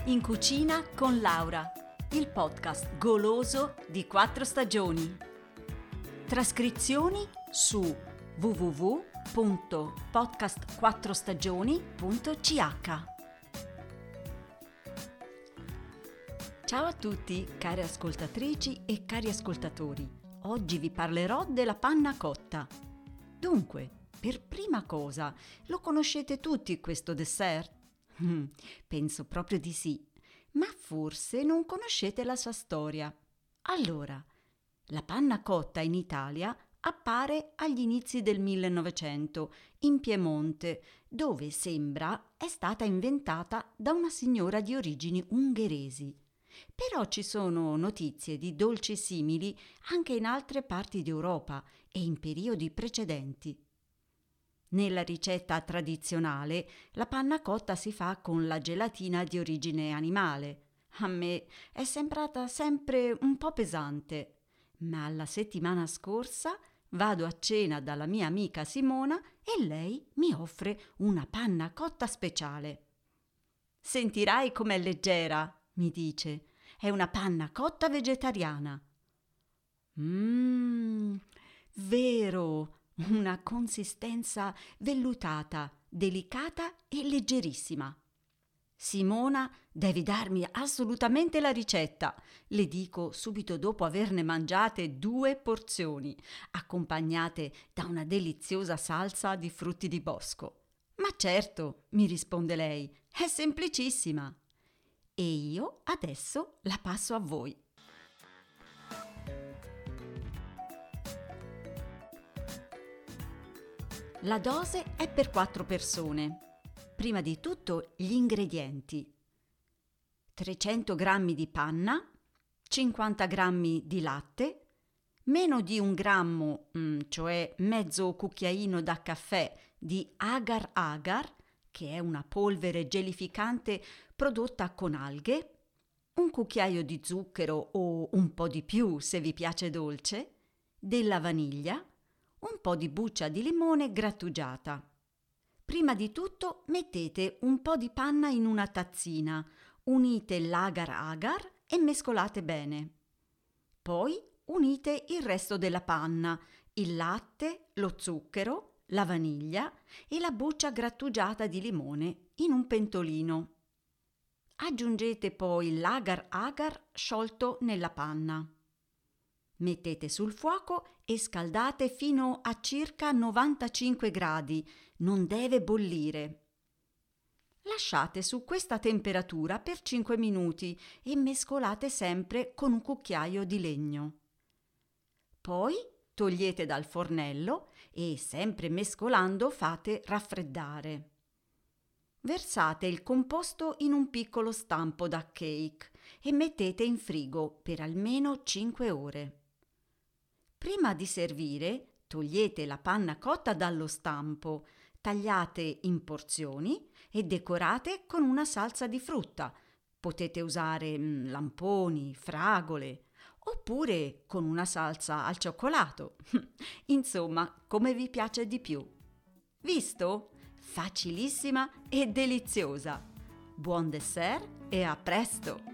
In cucina con Laura, il podcast goloso di 4 stagioni. Trascrizioni su www.podcast4stagioni.ch. Ciao a tutti, care ascoltatrici e cari ascoltatori. Oggi vi parlerò della panna cotta. Dunque, per prima cosa, lo conoscete tutti questo dessert? Penso proprio di sì, ma forse non conoscete la sua storia. Allora, la panna cotta in Italia appare agli inizi del 1900 in Piemonte, dove sembra è stata inventata da una signora di origini ungheresi. Però ci sono notizie di dolci simili anche in altre parti d'Europa e in periodi precedenti. Nella ricetta tradizionale la panna cotta si fa con la gelatina di origine animale. A me è sembrata sempre un po' pesante, ma la settimana scorsa vado a cena dalla mia amica Simona e lei mi offre una panna cotta speciale. «Sentirai com'è leggera», mi dice. «È una panna cotta vegetariana». Vero! Una consistenza vellutata, delicata e leggerissima. «Simona, devi darmi assolutamente la ricetta», le dico subito dopo averne mangiate 2 porzioni, accompagnate da una deliziosa salsa di frutti di bosco. «Ma certo», mi risponde lei, «è semplicissima». E io adesso la passo a voi. La dose è per 4 persone. Prima di tutto gli ingredienti: 300 g di panna, 50 g di latte, meno di 1 grammo, cioè mezzo cucchiaino da caffè di agar agar, che è una polvere gelificante prodotta con alghe, un cucchiaio di zucchero o un po' di più se vi piace dolce, della vaniglia, un po' di buccia di limone grattugiata. Prima di tutto mettete un po' di panna in una tazzina, unite l'agar-agar e mescolate bene. Poi unite il resto della panna, il latte, lo zucchero, la vaniglia e la buccia grattugiata di limone in un pentolino. Aggiungete poi l'agar-agar sciolto nella panna. Mettete sul fuoco e scaldate fino a circa 95 gradi, non deve bollire. Lasciate su questa temperatura per 5 minuti e mescolate sempre con un cucchiaio di legno. Poi togliete dal fornello e, sempre mescolando, fate raffreddare. Versate il composto in un piccolo stampo da cake e mettete in frigo per almeno 5 ore. Prima di servire, togliete la panna cotta dallo stampo, tagliate in porzioni e decorate con una salsa di frutta. Potete usare lamponi, fragole, oppure con una salsa al cioccolato. Insomma, come vi piace di più. Visto? Facilissima e deliziosa. Buon dessert e a presto!